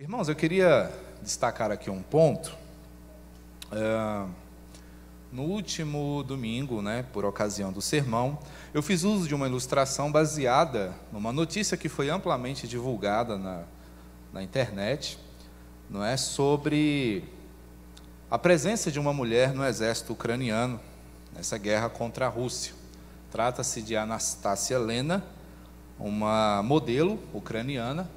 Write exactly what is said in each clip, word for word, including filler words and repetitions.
Irmãos, eu queria destacar aqui um ponto. É, no último domingo, né, por ocasião do sermão, eu fiz uso de uma ilustração baseada numa notícia que foi amplamente divulgada na, na internet, não é, sobre a presença de uma mulher no exército ucraniano, nessa guerra contra a Rússia. Trata-se de Anastácia Lena, uma modelo ucraniana,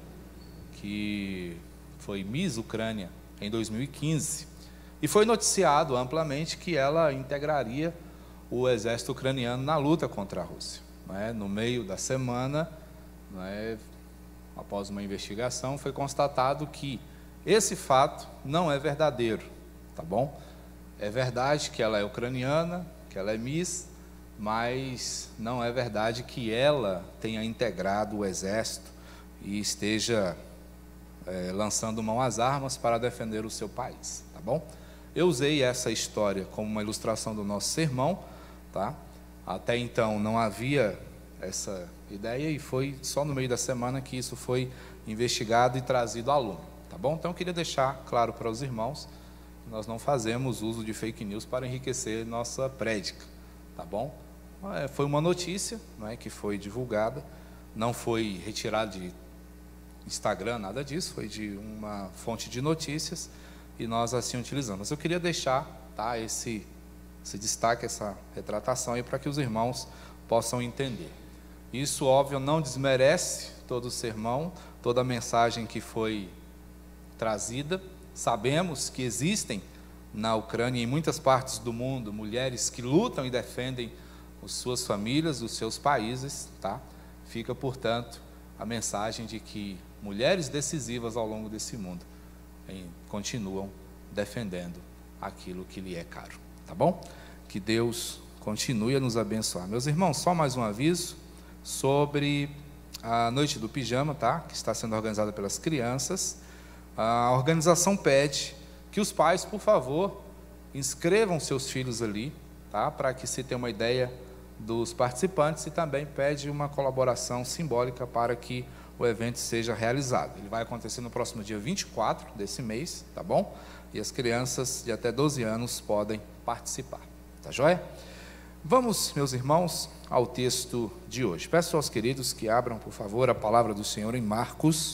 que foi Miss Ucrânia em dois mil e quinze, e foi noticiado amplamente que ela integraria o exército ucraniano na luta contra a Rússia. Não é? No meio da semana, não é, após uma investigação, foi constatado que esse fato não é verdadeiro, tá bom? É verdade que ela é ucraniana, que ela é Miss, mas não é verdade que ela tenha integrado o exército e esteja é, lançando mão às armas para defender o seu país, tá bom? Eu usei essa história como uma ilustração do nosso sermão, tá? Até então não havia essa ideia e foi só no meio da semana que isso foi investigado e trazido à luz, tá bom? Então eu queria deixar claro para os irmãos que nós não fazemos uso de fake news para enriquecer nossa prédica, tá bom? É, foi uma notícia, não é, que foi divulgada, não foi retirada de Instagram, nada disso, foi de uma fonte de notícias e nós assim utilizamos. Mas eu queria deixar, tá, esse, esse destaque, essa retratação aí para que os irmãos possam entender. Isso, óbvio, não desmerece todo o sermão, toda a mensagem que foi trazida. Sabemos que existem na Ucrânia e em muitas partes do mundo mulheres que lutam e defendem as suas famílias, os seus países, tá? Fica, portanto, a mensagem de que mulheres decisivas ao longo desse mundo em, continuam defendendo aquilo que lhe é caro, tá bom? Que Deus continue a nos abençoar. Meus irmãos, só mais um aviso sobre a Noite do Pijama, tá? Que está sendo organizada pelas crianças. A organização pede que os pais, por favor, inscrevam seus filhos ali, tá? Para que se tenha uma ideia dos participantes, e também pede uma colaboração simbólica para que o evento seja realizado. Ele vai acontecer no próximo dia vinte e quatro desse mês, tá bom? E as crianças de até doze anos podem participar, tá joia? Vamos, meus irmãos, ao texto de hoje. Peço aos queridos que abram, por favor, a palavra do Senhor em Marcos,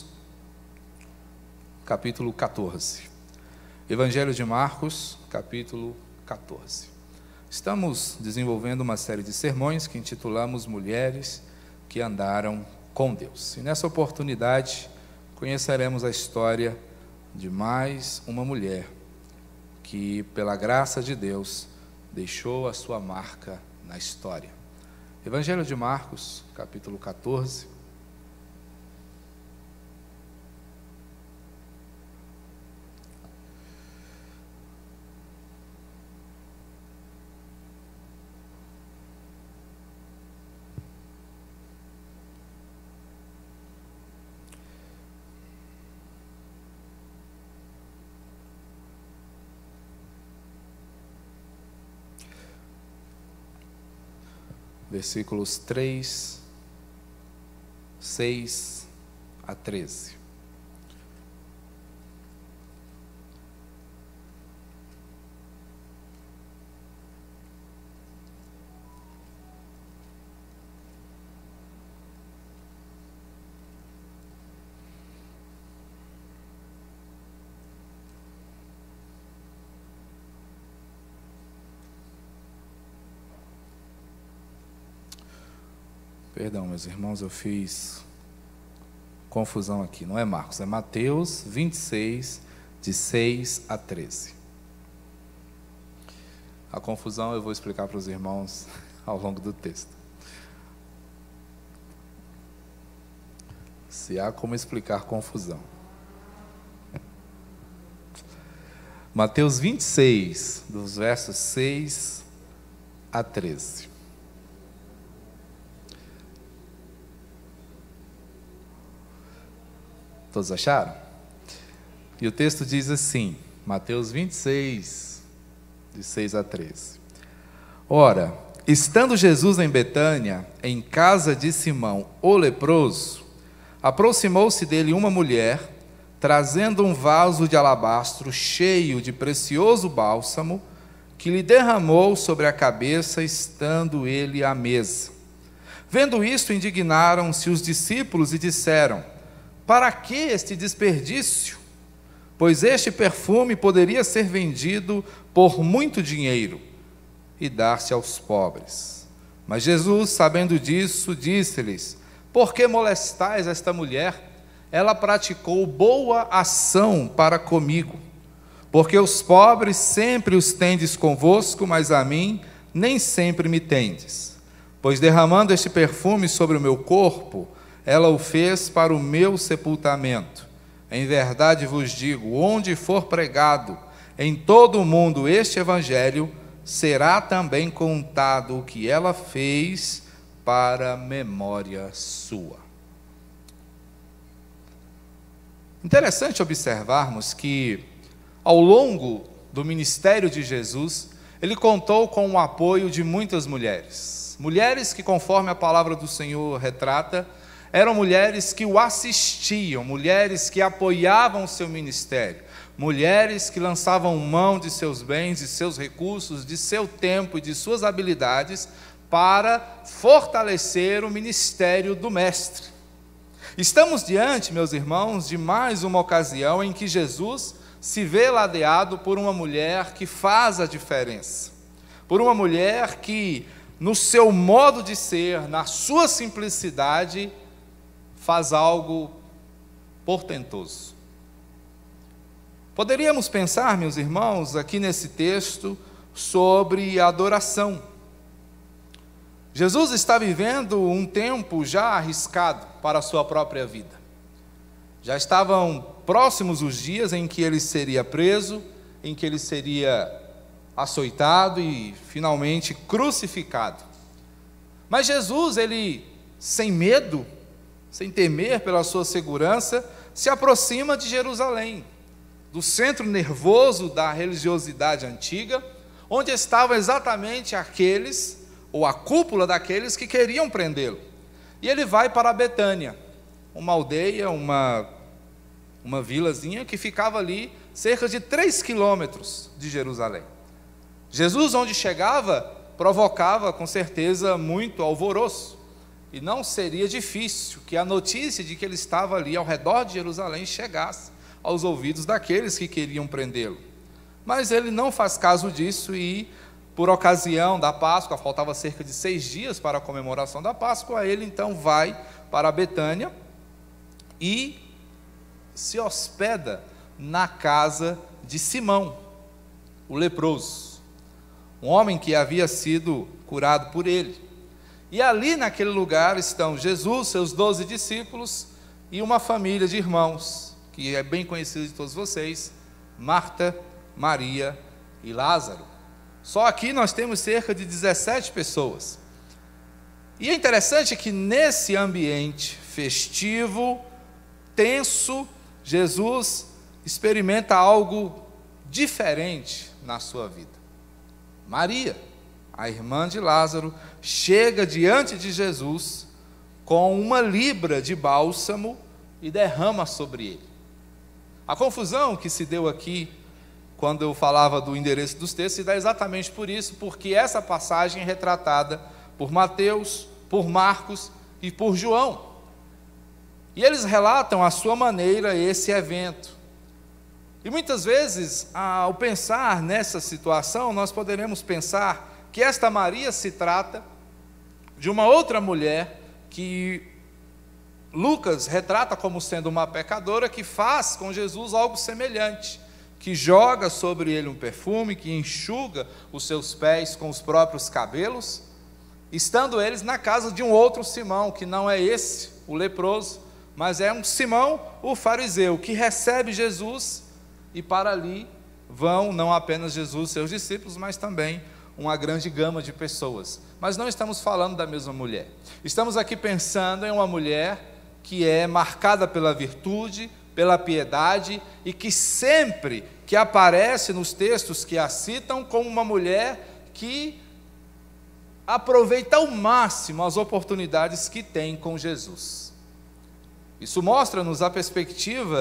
capítulo quatorze. Evangelho de Marcos, capítulo quatorze. Estamos desenvolvendo uma série de sermões que intitulamos Mulheres que Andaram com Deus. E nessa oportunidade conheceremos a história de mais uma mulher que, pela graça de Deus, deixou a sua marca na história. Evangelho de Marcos, capítulo quatorze. Versículos três, seis a treze. Perdão, meus irmãos, eu fiz confusão aqui. Não é Marcos, é Mateus vinte e seis, de seis a treze. A confusão eu vou explicar para os irmãos ao longo do texto. Se há como explicar confusão. Mateus vinte e seis, dos versos seis a treze. Todos acharam? E o texto diz assim, Mateus vinte e seis, de seis a treze. Ora, estando Jesus em Betânia, em casa de Simão, o leproso, aproximou-se dele uma mulher trazendo um vaso de alabastro cheio de precioso bálsamo, que lhe derramou sobre a cabeça, estando ele à mesa. Vendo isto, indignaram-se os discípulos e disseram: para que este desperdício? Pois este perfume poderia ser vendido por muito dinheiro e dar-se aos pobres. Mas Jesus, sabendo disso, disse-lhes: por que molestais esta mulher? Ela praticou boa ação para comigo. Porque os pobres sempre os tendes convosco, mas a mim nem sempre me tendes. Pois derramando este perfume sobre o meu corpo, ela o fez para o meu sepultamento. Em verdade vos digo, onde for pregado em todo o mundo este evangelho, será também contado o que ela fez para memória sua. Interessante observarmos que, ao longo do ministério de Jesus, ele contou com o apoio de muitas mulheres. Mulheres que, conforme a palavra do Senhor retrata, eram mulheres que o assistiam, mulheres que apoiavam o seu ministério, mulheres que lançavam mão de seus bens, de seus recursos, de seu tempo e de suas habilidades para fortalecer o ministério do Mestre. Estamos diante, meus irmãos, de mais uma ocasião em que Jesus se vê ladeado por uma mulher que faz a diferença, por uma mulher que, no seu modo de ser, na sua simplicidade, faz algo portentoso. Poderíamos pensar, meus irmãos, aqui nesse texto, sobre a adoração. Jesus está vivendo um tempo já arriscado para a sua própria vida. Já estavam próximos os dias em que ele seria preso, em que ele seria açoitado e finalmente crucificado. Mas Jesus, ele, sem medo, sem temer pela sua segurança, se aproxima de Jerusalém, do centro nervoso da religiosidade antiga, onde estavam exatamente aqueles, ou a cúpula daqueles que queriam prendê-lo. E ele vai para Betânia, uma aldeia, uma, uma vilazinha que ficava ali cerca de três quilômetros de Jerusalém. Jesus, onde chegava, provocava com certeza muito alvoroço, e não seria difícil que a notícia de que ele estava ali ao redor de Jerusalém chegasse aos ouvidos daqueles que queriam prendê-lo. Mas ele não faz caso disso e, por ocasião da Páscoa, faltava cerca de seis dias para a comemoração da Páscoa, ele então vai para Betânia e se hospeda na casa de Simão, o leproso, um homem que havia sido curado por ele. E ali naquele lugar estão Jesus, seus doze discípulos e uma família de irmãos, que é bem conhecida de todos vocês, Marta, Maria e Lázaro. Só aqui nós temos cerca de dezessete pessoas. E é interessante que nesse ambiente festivo, tenso, Jesus experimenta algo diferente na sua vida. Maria, a irmã de Lázaro, chega diante de Jesus com uma libra de bálsamo e derrama sobre ele. A confusão que se deu aqui, quando eu falava do endereço dos textos, se dá exatamente por isso, porque essa passagem é retratada por Mateus, por Marcos e por João. E eles relatam à sua maneira esse evento. E muitas vezes, ao pensar nessa situação, nós poderemos pensar que esta Maria se trata de uma outra mulher que Lucas retrata como sendo uma pecadora que faz com Jesus algo semelhante, que joga sobre ele um perfume, que enxuga os seus pés com os próprios cabelos, estando eles na casa de um outro Simão, que não é esse, o leproso, mas é um Simão, o fariseu, que recebe Jesus, e para ali vão não apenas Jesus e seus discípulos, mas também uma grande gama de pessoas. Mas não estamos falando da mesma mulher. Estamos aqui pensando em uma mulher que é marcada pela virtude, pela piedade, e que sempre que aparece nos textos que a citam como uma mulher que aproveita ao máximo as oportunidades que tem com Jesus. Isso mostra-nos a perspectiva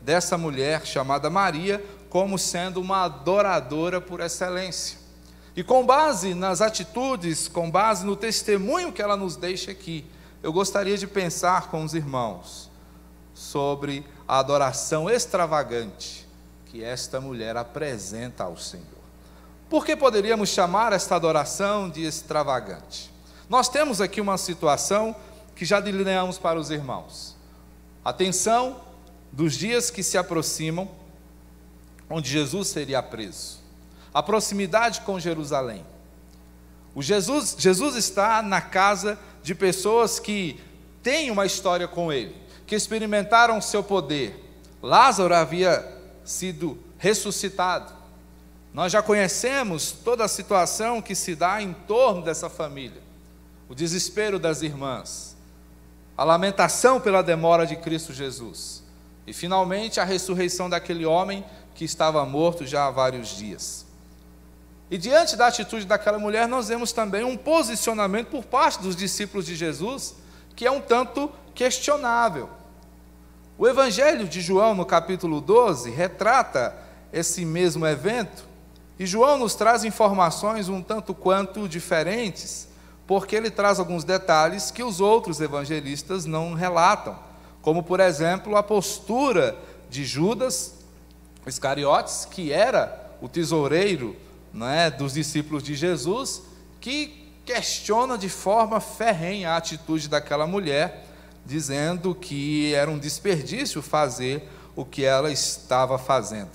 dessa mulher chamada Maria como sendo uma adoradora por excelência. E com base nas atitudes, com base no testemunho que ela nos deixa aqui, eu gostaria de pensar com os irmãos sobre a adoração extravagante que esta mulher apresenta ao Senhor. Por que poderíamos chamar esta adoração de extravagante? Nós temos aqui uma situação que já delineamos para os irmãos. Atenção dos dias que se aproximam, onde Jesus seria preso. A proximidade com Jerusalém. O Jesus, Jesus está na casa de pessoas que têm uma história com ele, que experimentaram o seu poder. Lázaro havia sido ressuscitado. Nós já conhecemos toda a situação que se dá em torno dessa família. O desespero das irmãs, a lamentação pela demora de Cristo Jesus. E finalmente a ressurreição daquele homem que estava morto já há vários dias. E diante da atitude daquela mulher, nós vemos também um posicionamento por parte dos discípulos de Jesus, que é um tanto questionável. O Evangelho de João, no capítulo doze, retrata esse mesmo evento, e João nos traz informações um tanto quanto diferentes, porque ele traz alguns detalhes que os outros evangelistas não relatam, como, por exemplo, a postura de Judas Iscariotes, que era o tesoureiro, não é, dos discípulos de Jesus, que questiona de forma ferrenha a atitude daquela mulher, dizendo que era um desperdício fazer o que ela estava fazendo.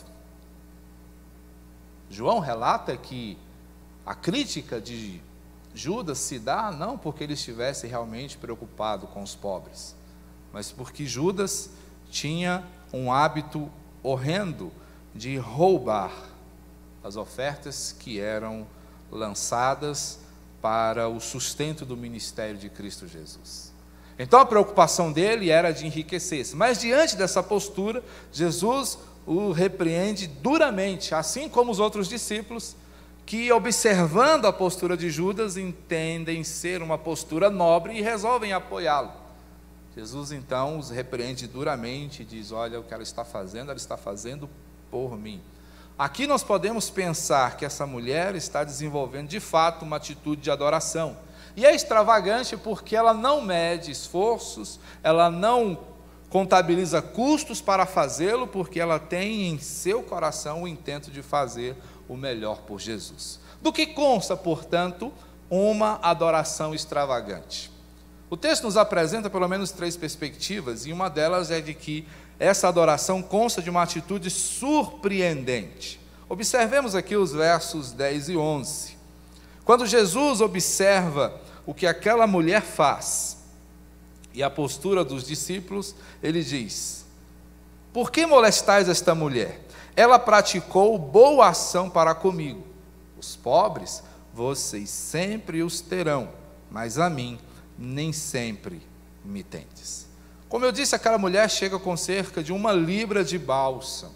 João relata que a crítica de Judas se dá não porque ele estivesse realmente preocupado com os pobres, mas porque Judas tinha um hábito horrendo de roubar as ofertas que eram lançadas para o sustento do ministério de Cristo Jesus. Então a preocupação dele era de enriquecer-se, mas diante dessa postura, Jesus o repreende duramente, assim como os outros discípulos, que observando a postura de Judas, entendem ser uma postura nobre e resolvem apoiá-lo. Jesus então os repreende duramente e diz: olha, o que ela está fazendo, ela está fazendo por mim. Aqui nós podemos pensar que essa mulher está desenvolvendo de fato uma atitude de adoração. E é extravagante porque ela não mede esforços, ela não contabiliza custos para fazê-lo, porque ela tem em seu coração o intento de fazer o melhor por Jesus. Do que consta, portanto, uma adoração extravagante? O texto nos apresenta pelo menos três perspectivas, e uma delas é de que essa adoração consta de uma atitude surpreendente. Observemos aqui os versos dez e onze. Quando Jesus observa o que aquela mulher faz e a postura dos discípulos, ele diz: por que molestais esta mulher? Ela praticou boa ação para comigo. Os pobres, vocês sempre os terão, mas a mim nem sempre me tendes. Como eu disse, aquela mulher chega com cerca de uma libra de bálsamo.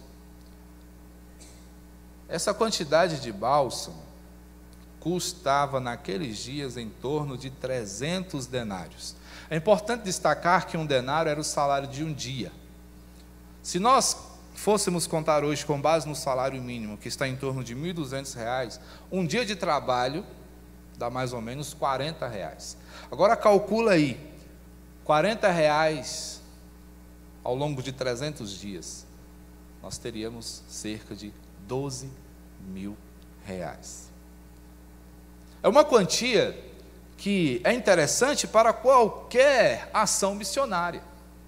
Essa quantidade de bálsamo custava naqueles dias em torno de trezentos denários. É importante destacar que um denário era o salário de um dia. Se nós fôssemos contar hoje com base no salário mínimo, que está em torno de mil e duzentos reais, um dia de trabalho dá mais ou menos quarenta reais. Agora calcula aí, quarenta reais ao longo de trezentos dias, nós teríamos cerca de doze mil reais. É uma quantia que é interessante para qualquer ação missionária.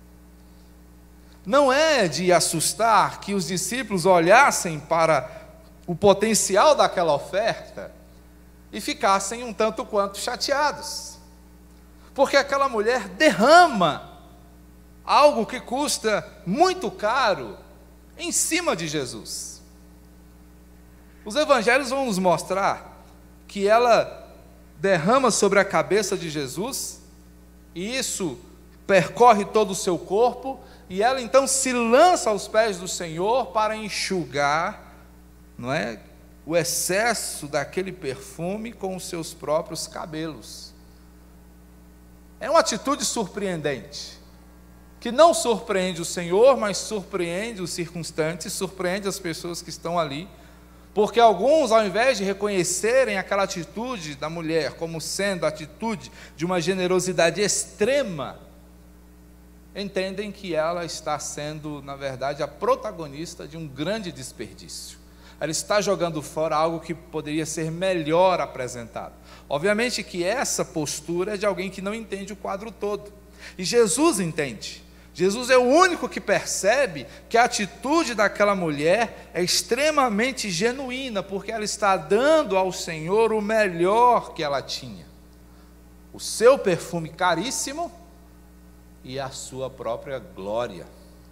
Não é de assustar que os discípulos olhassem para o potencial daquela oferta e ficassem um tanto quanto chateados, porque aquela mulher derrama algo que custa muito caro em cima de Jesus. Os evangelhos vão nos mostrar que ela derrama sobre a cabeça de Jesus, e isso percorre todo o seu corpo, e ela então se lança aos pés do Senhor para enxugar, não é, o excesso daquele perfume com os seus próprios cabelos. É uma atitude surpreendente. que não surpreende o Senhor, mas surpreende os circunstantes, surpreende as pessoas que estão ali, porque alguns, ao invés de reconhecerem aquela atitude da mulher como sendo a atitude de uma generosidade extrema, entendem que ela está sendo, na verdade, a protagonista de um grande desperdício. Ela está jogando fora algo que poderia ser melhor apresentado. Obviamente que essa postura é de alguém que não entende o quadro todo. E Jesus entende. Jesus é o único que percebe que a atitude daquela mulher é extremamente genuína, porque ela está dando ao Senhor o melhor que ela tinha. O seu perfume caríssimo e a sua própria glória.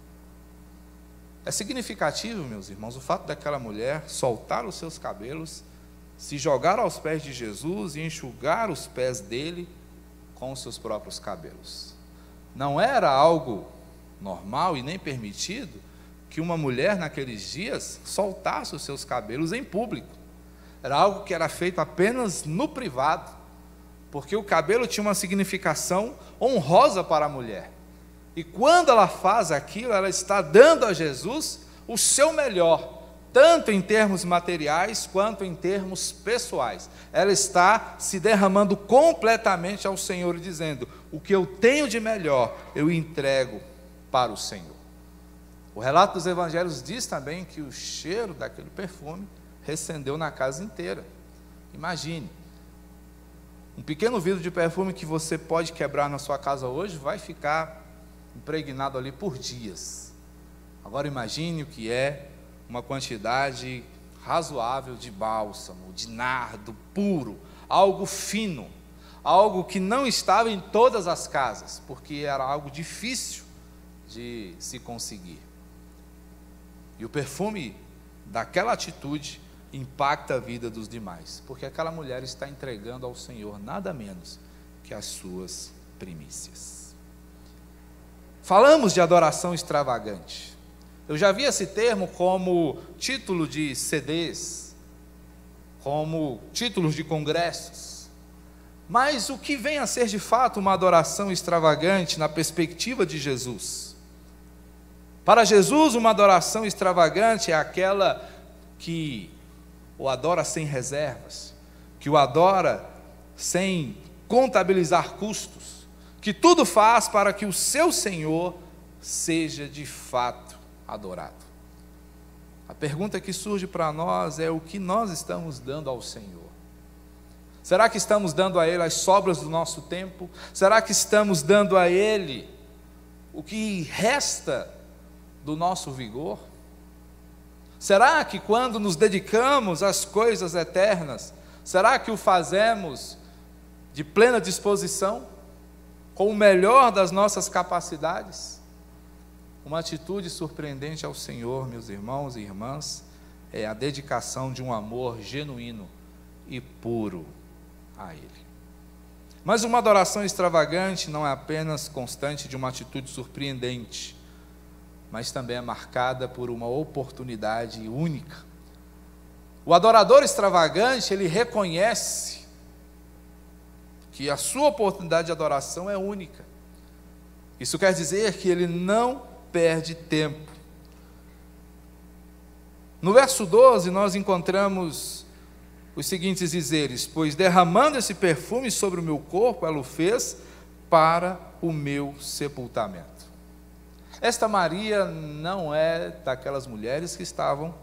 É significativo, meus irmãos, o fato daquela mulher soltar os seus cabelos, se jogar aos pés de Jesus e enxugar os pés dele com os seus próprios cabelos. Não era algo normal e nem permitido que uma mulher naqueles dias soltasse os seus cabelos em público. Era algo que era feito apenas no privado, porque o cabelo tinha uma significação honrosa para a mulher. E quando ela faz aquilo, ela está dando a Jesus o seu melhor, tanto em termos materiais quanto em termos pessoais. Ela está se derramando completamente ao Senhor e dizendo: o que eu tenho de melhor, eu entrego para o Senhor. O relato dos evangelhos diz também que o cheiro daquele perfume recendeu na casa inteira. Imagine, um pequeno vidro de perfume que você pode quebrar na sua casa hoje, vai ficar impregnado ali por dias. Agora imagine o que é uma quantidade razoável de bálsamo, de nardo puro, algo fino, algo que não estava em todas as casas, porque era algo difícil de se conseguir. E o perfume daquela atitude impacta a vida dos demais, porque aquela mulher está entregando ao Senhor nada menos que as suas primícias. Falamos de adoração extravagante. Eu já vi esse termo como título de C Ds, como títulos de congressos. Mas o que vem a ser de fato uma adoração extravagante na perspectiva de Jesus? Para Jesus, uma adoração extravagante é aquela que o adora sem reservas, que o adora sem contabilizar custos, que tudo faz para que o seu Senhor seja de fato adorado. A pergunta que surge para nós é: o que nós estamos dando ao Senhor? Será que estamos dando a Ele as sobras do nosso tempo? Será que estamos dando a Ele o que resta do nosso vigor? Será que quando nos dedicamos às coisas eternas, será que o fazemos de plena disposição, com o melhor das nossas capacidades? Uma atitude surpreendente ao Senhor, meus irmãos e irmãs, é a dedicação de um amor genuíno e puro a Ele. Mas uma adoração extravagante não é apenas constante de uma atitude surpreendente, mas também é marcada por uma oportunidade única. O adorador extravagante, ele reconhece que a sua oportunidade de adoração é única. Isso quer dizer que ele não perde tempo. No verso doze, nós encontramos os seguintes dizeres: pois derramando esse perfume sobre o meu corpo, ela o fez para o meu sepultamento. Esta Maria não é daquelas mulheres que estavam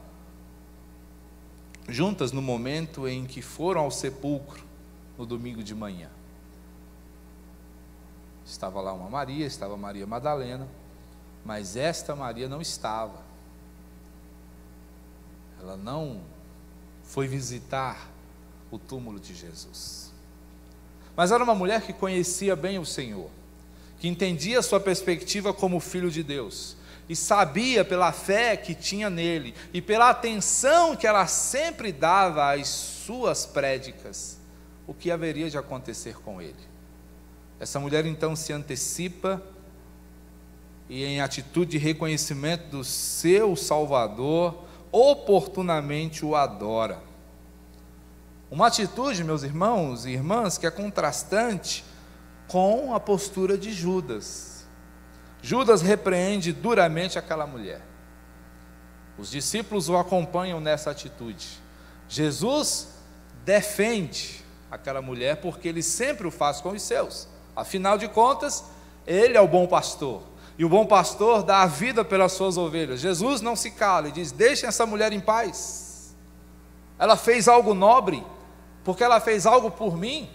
juntas no momento em que foram ao sepulcro no domingo de manhã. Estava lá uma Maria, estava Maria Madalena, mas esta Maria não estava. Ela não foi visitar o túmulo de Jesus. Mas era uma mulher que conhecia bem o Senhor, que entendia a sua perspectiva como filho de Deus, e sabia pela fé que tinha nele, e pela atenção que ela sempre dava às suas prédicas, o que haveria de acontecer com ele. Essa mulher então se antecipa, e em atitude de reconhecimento do seu Salvador, oportunamente o adora. Uma atitude, meus irmãos e irmãs, que é contrastante com a postura de Judas. Judas repreende duramente aquela mulher. Os discípulos o acompanham nessa atitude. Jesus defende aquela mulher porque ele sempre o faz com os seus. Afinal de contas, ele é o bom pastor. E o bom pastor dá a vida pelas suas ovelhas. Jesus não se cala e diz: deixem essa mulher em paz. Ela fez algo nobre, porque ela fez algo por mim.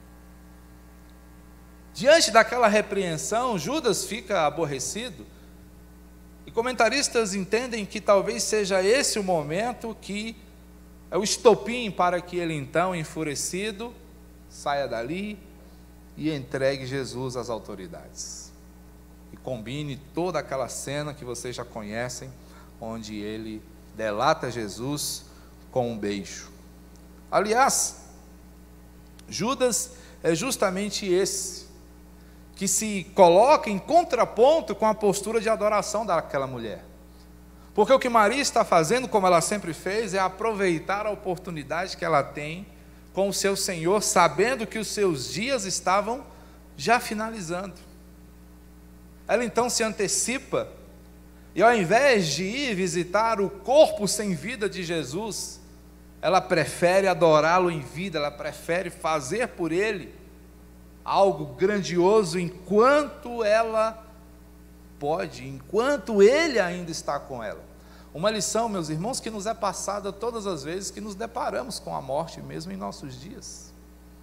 Diante daquela repreensão, Judas fica aborrecido. E comentaristas entendem que talvez seja esse o momento que é o estopim para que ele então, enfurecido, saia dali e entregue Jesus às autoridades. E combine toda aquela cena que vocês já conhecem, onde ele delata Jesus com um beijo. Aliás, Judas é justamente esse, que se coloca em contraponto com a postura de adoração daquela mulher. Porque o que Maria está fazendo, como ela sempre fez, é aproveitar a oportunidade que ela tem com o seu Senhor, sabendo que os seus dias estavam já finalizando. Ela então se antecipa, e ao invés de ir visitar o corpo sem vida de Jesus, ela prefere adorá-lo em vida, ela prefere fazer por ele algo grandioso enquanto ela pode, enquanto ele ainda está com ela. Uma lição, meus irmãos, que nos é passada todas as vezes que nos deparamos com a morte, mesmo em nossos dias.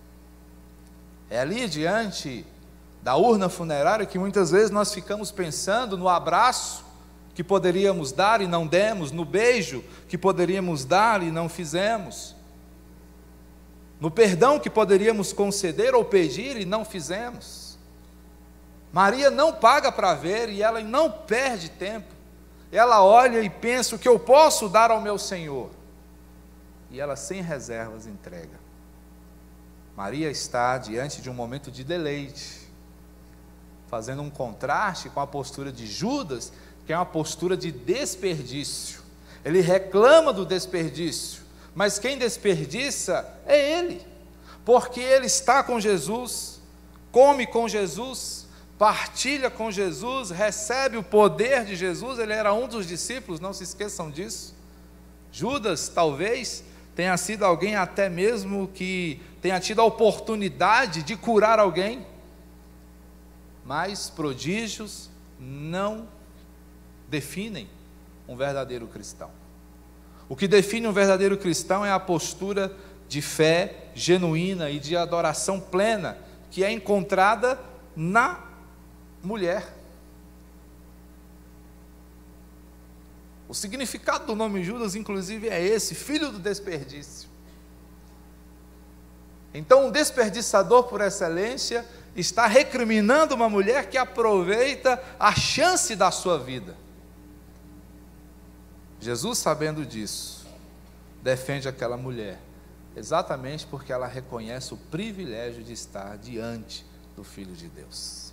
É ali diante da urna funerária que muitas vezes nós ficamos pensando no abraço que poderíamos dar e não demos, no beijo que poderíamos dar e não fizemos, no perdão que poderíamos conceder ou pedir e não fizemos. Maria não paga para ver e ela não perde tempo. Ela olha e pensa: o que eu posso dar ao meu Senhor? E ela sem reservas entrega. Maria está diante de um momento de deleite, fazendo um contraste com a postura de Judas, que é uma postura de desperdício. Ele reclama do desperdício, mas quem desperdiça é ele, porque ele está com Jesus, come com Jesus, partilha com Jesus, recebe o poder de Jesus. Ele era um dos discípulos, não se esqueçam disso. Judas talvez tenha sido alguém até mesmo que tenha tido a oportunidade de curar alguém, mas prodígios não definem um verdadeiro cristão. O que define um verdadeiro cristão é a postura de fé genuína e de adoração plena, que é encontrada na mulher. O significado do nome Judas, inclusive, é esse: filho do desperdício. Então, um desperdiçador por excelência está recriminando uma mulher que aproveita a chance da sua vida. Jesus, sabendo disso, defende aquela mulher, exatamente porque ela reconhece o privilégio de estar diante do Filho de Deus.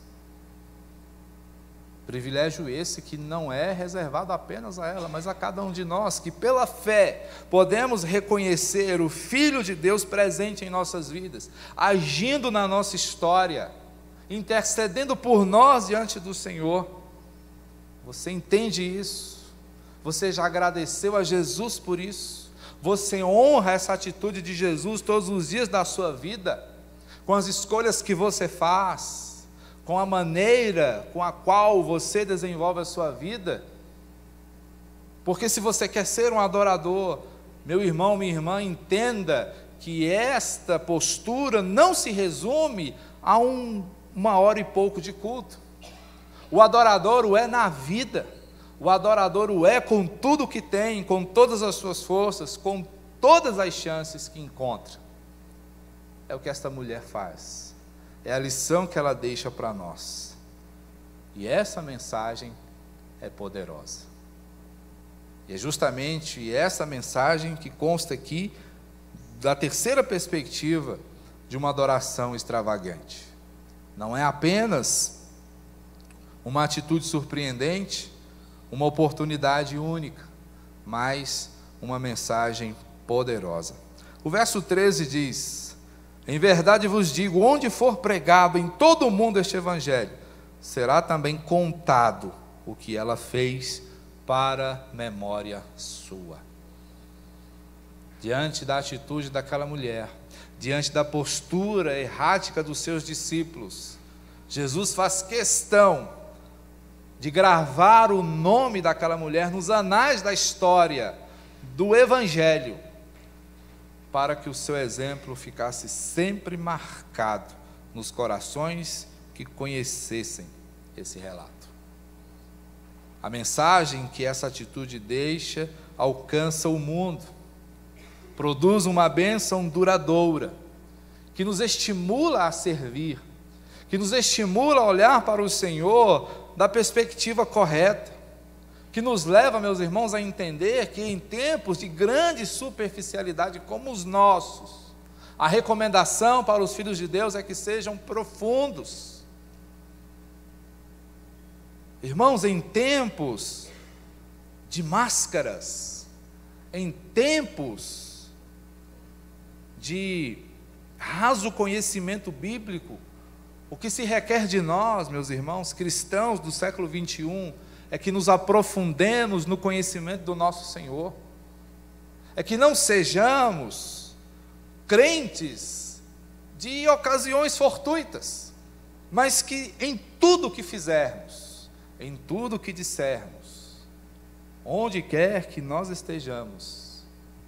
Privilégio esse que não é reservado apenas a ela, mas a cada um de nós, que pela fé podemos reconhecer o Filho de Deus presente em nossas vidas, agindo na nossa história, intercedendo por nós diante do Senhor. Você entende isso? Você já agradeceu a Jesus por isso? Você honra essa atitude de Jesus todos os dias da sua vida, com as escolhas que você faz, com a maneira com a qual você desenvolve a sua vida? Porque se você quer ser um adorador, meu irmão, minha irmã, entenda que esta postura não se resume a um, uma hora e pouco de culto. O adorador o é na vida. O adorador o é com tudo o que tem, com todas as suas forças, com todas as chances que encontra. É o que esta mulher faz. É a lição que ela deixa para nós. E essa mensagem é poderosa. E é justamente essa mensagem que consta aqui da terceira perspectiva de uma adoração extravagante. Não é apenas uma atitude surpreendente, uma oportunidade única, mas uma mensagem poderosa. O verso treze diz: em verdade vos digo, onde for pregado em todo o mundo este evangelho, será também contado o que ela fez para memória sua. Diante da atitude daquela mulher, diante da postura errática dos seus discípulos, Jesus faz questão de gravar o nome daquela mulher nos anais da história do Evangelho, para que o seu exemplo ficasse sempre marcado nos corações que conhecessem esse relato. A mensagem que essa atitude deixa alcança o mundo, produz uma bênção duradoura, que nos estimula a servir, que nos estimula a olhar para o Senhor da perspectiva correta, que nos leva, meus irmãos, a entender que em tempos de grande superficialidade como os nossos, a recomendação para os filhos de Deus é que sejam profundos. Irmãos, em tempos de máscaras, em tempos de raso conhecimento bíblico, o que se requer de nós, meus irmãos, cristãos do século vinte e um, é que nos aprofundemos no conhecimento do nosso Senhor, é que não sejamos crentes de ocasiões fortuitas, mas que em tudo que fizermos, em tudo que dissermos, onde quer que nós estejamos,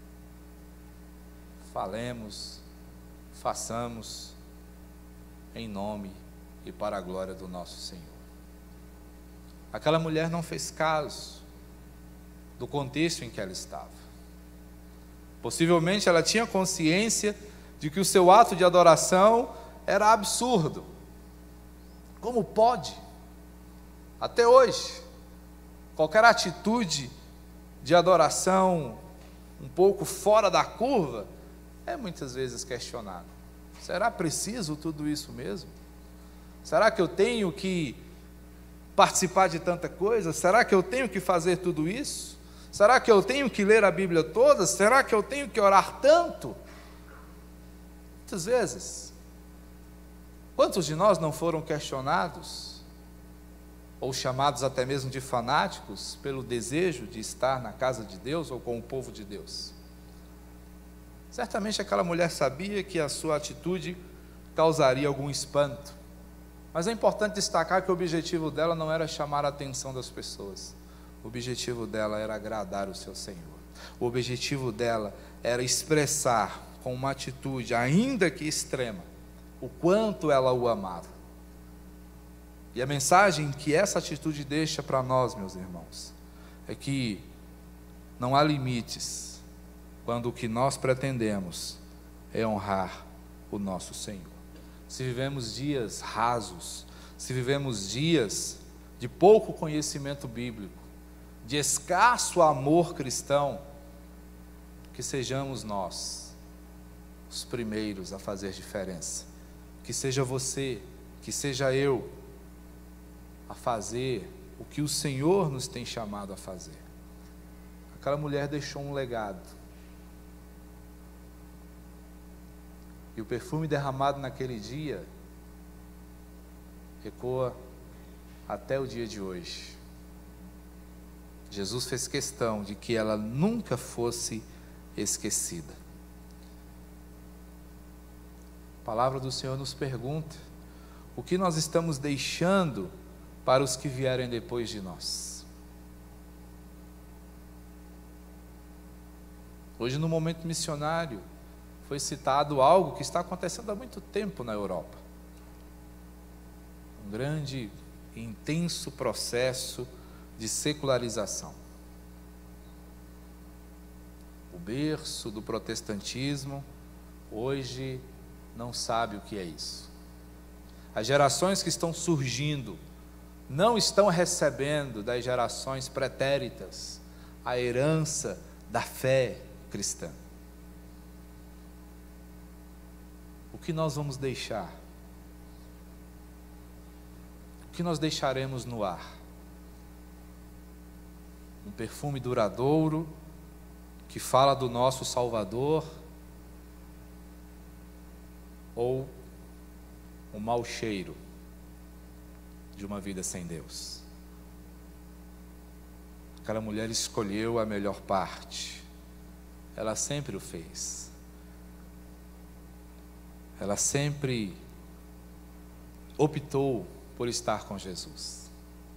falemos, façamos em nome e para a glória do nosso Senhor. Aquela mulher não fez caso do contexto em que ela estava. Possivelmente ela tinha consciência de que o seu ato de adoração era absurdo. Como pode? Até hoje, qualquer atitude de adoração um pouco fora da curva é muitas vezes questionada. Será preciso tudo isso mesmo? Será que eu tenho que participar de tanta coisa? Será que eu tenho que fazer tudo isso? Será que eu tenho que ler a Bíblia toda? Será que eu tenho que orar tanto? Muitas vezes. Quantos de nós não foram questionados, ou chamados até mesmo de fanáticos, pelo desejo de estar na casa de Deus ou com o povo de Deus? Certamente aquela mulher sabia que a sua atitude causaria algum espanto, mas é importante destacar que o objetivo dela não era chamar a atenção das pessoas, o objetivo dela era agradar o seu Senhor, o objetivo dela era expressar com uma atitude, ainda que extrema, o quanto ela o amava. E a mensagem que essa atitude deixa para nós, meus irmãos, é que não há limites quando o que nós pretendemos é honrar o nosso Senhor. Se vivemos dias rasos, se vivemos dias de pouco conhecimento bíblico, de escasso amor cristão, que sejamos nós os primeiros a fazer diferença, que seja você, que seja eu, a fazer o que o Senhor nos tem chamado a fazer. Aquela mulher deixou um legado, e o perfume derramado naquele dia ecoa até o dia de hoje. Jesus fez questão de que ela nunca fosse esquecida. A palavra do Senhor nos pergunta: o que nós estamos deixando para os que vierem depois de nós? Hoje, no momento missionário, foi citado algo que está acontecendo há muito tempo na Europa. Um grande e intenso processo de secularização. O berço do protestantismo hoje não sabe o que é isso. As gerações que estão surgindo não estão recebendo das gerações pretéritas a herança da fé cristã. O que nós vamos deixar? O que nós deixaremos no ar? Um perfume duradouro que fala do nosso Salvador, ou um mau cheiro de uma vida sem Deus. Aquela mulher escolheu a melhor parte. Ela sempre o fez. Ela sempre optou por estar com Jesus,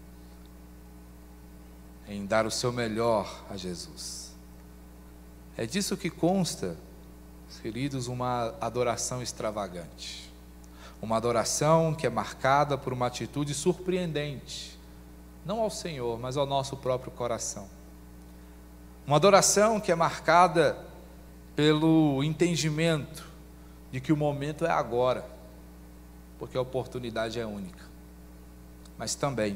em dar o seu melhor a Jesus. É disso que consta, queridos, uma adoração extravagante. Uma adoração que é marcada por uma atitude surpreendente, não ao Senhor, mas ao nosso próprio coração. Uma adoração que é marcada pelo entendimento de que o momento é agora, porque a oportunidade é única. Mas também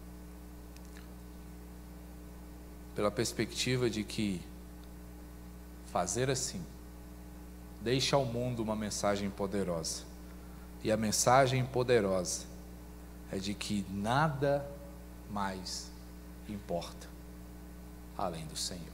pela perspectiva de que fazer assim deixa ao mundo uma mensagem poderosa. E a mensagem poderosa é de que nada mais importa além do Senhor.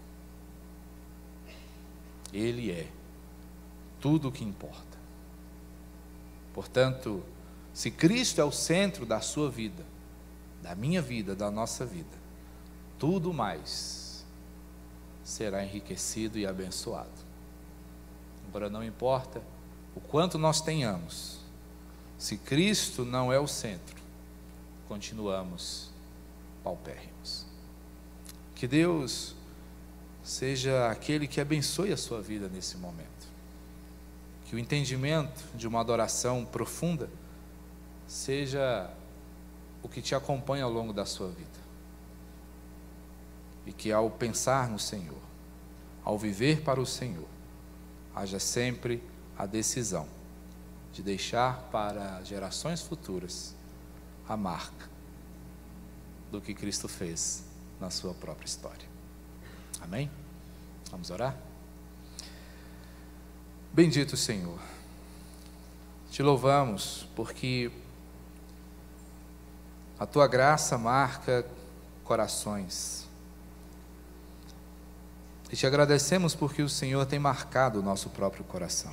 Ele é tudo o que importa. Portanto, se Cristo é o centro da sua vida, da minha vida, da nossa vida, tudo mais será enriquecido e abençoado. Agora, não importa o quanto nós tenhamos, se Cristo não é o centro, continuamos paupérrimos. Que Deus seja aquele que abençoe a sua vida nesse momento. Que o entendimento de uma adoração profunda seja o que te acompanha ao longo da sua vida. E que ao pensar no Senhor, ao viver para o Senhor, haja sempre a decisão de deixar para gerações futuras a marca do que Cristo fez na sua própria história. Amém? Vamos orar? Bendito Senhor, te louvamos porque a tua graça marca corações. E te agradecemos porque o Senhor tem marcado o nosso próprio coração.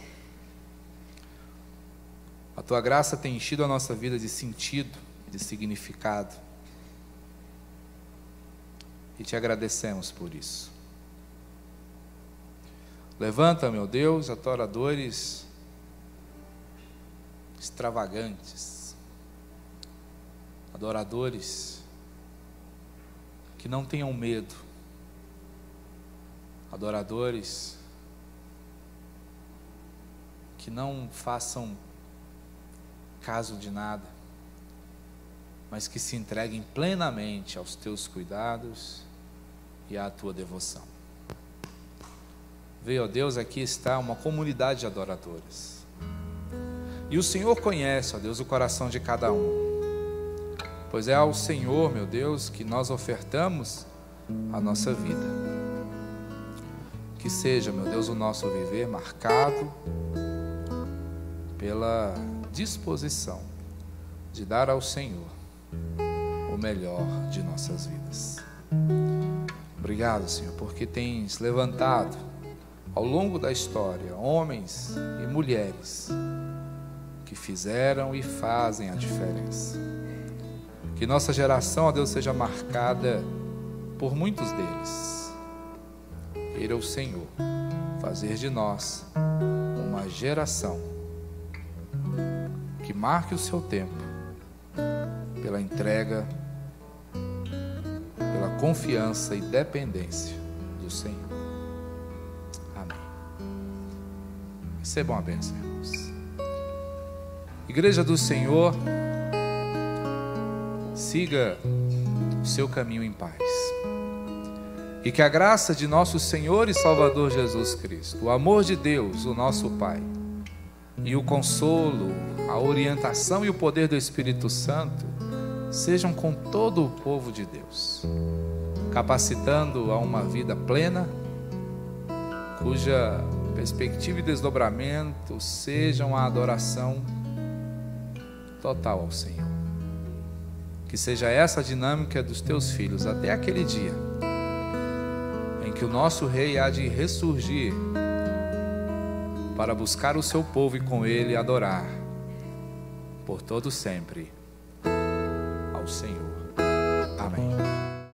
A tua graça tem enchido a nossa vida de sentido, de significado. E te agradecemos por isso. Levanta, meu Deus, adoradores extravagantes, adoradores que não tenham medo, adoradores que não façam caso de nada, mas que se entreguem plenamente aos teus cuidados e à tua devoção. Veio, ó Deus, aqui está uma comunidade de adoradores. E o Senhor conhece, ó Deus, o coração de cada um. Pois é ao Senhor, meu Deus, que nós ofertamos a nossa vida. Que seja, meu Deus, o nosso viver marcado pela disposição de dar ao Senhor o melhor de nossas vidas. Obrigado, Senhor, porque tens levantado ao longo da história homens e mulheres que fizeram e fazem a diferença. Que nossa geração, ó Deus, seja marcada por muitos deles. Queira o Senhor fazer de nós uma geração que marque o seu tempo pela entrega, pela confiança e dependência do Senhor. Amém. Recebam a bênção, irmãos. Igreja do Senhor, siga o seu caminho em paz. E que a graça de nosso Senhor e Salvador Jesus Cristo, o amor de Deus, o nosso Pai, e o consolo, a orientação e o poder do Espírito Santo sejam com todo o povo de Deus, capacitando a uma vida plena, cuja perspectiva e desdobramento sejam a adoração total ao Senhor. Que seja essa a dinâmica dos teus filhos até aquele dia em que o nosso Rei há de ressurgir para buscar o seu povo e com ele adorar por todo sempre. ao Senhor. Amém.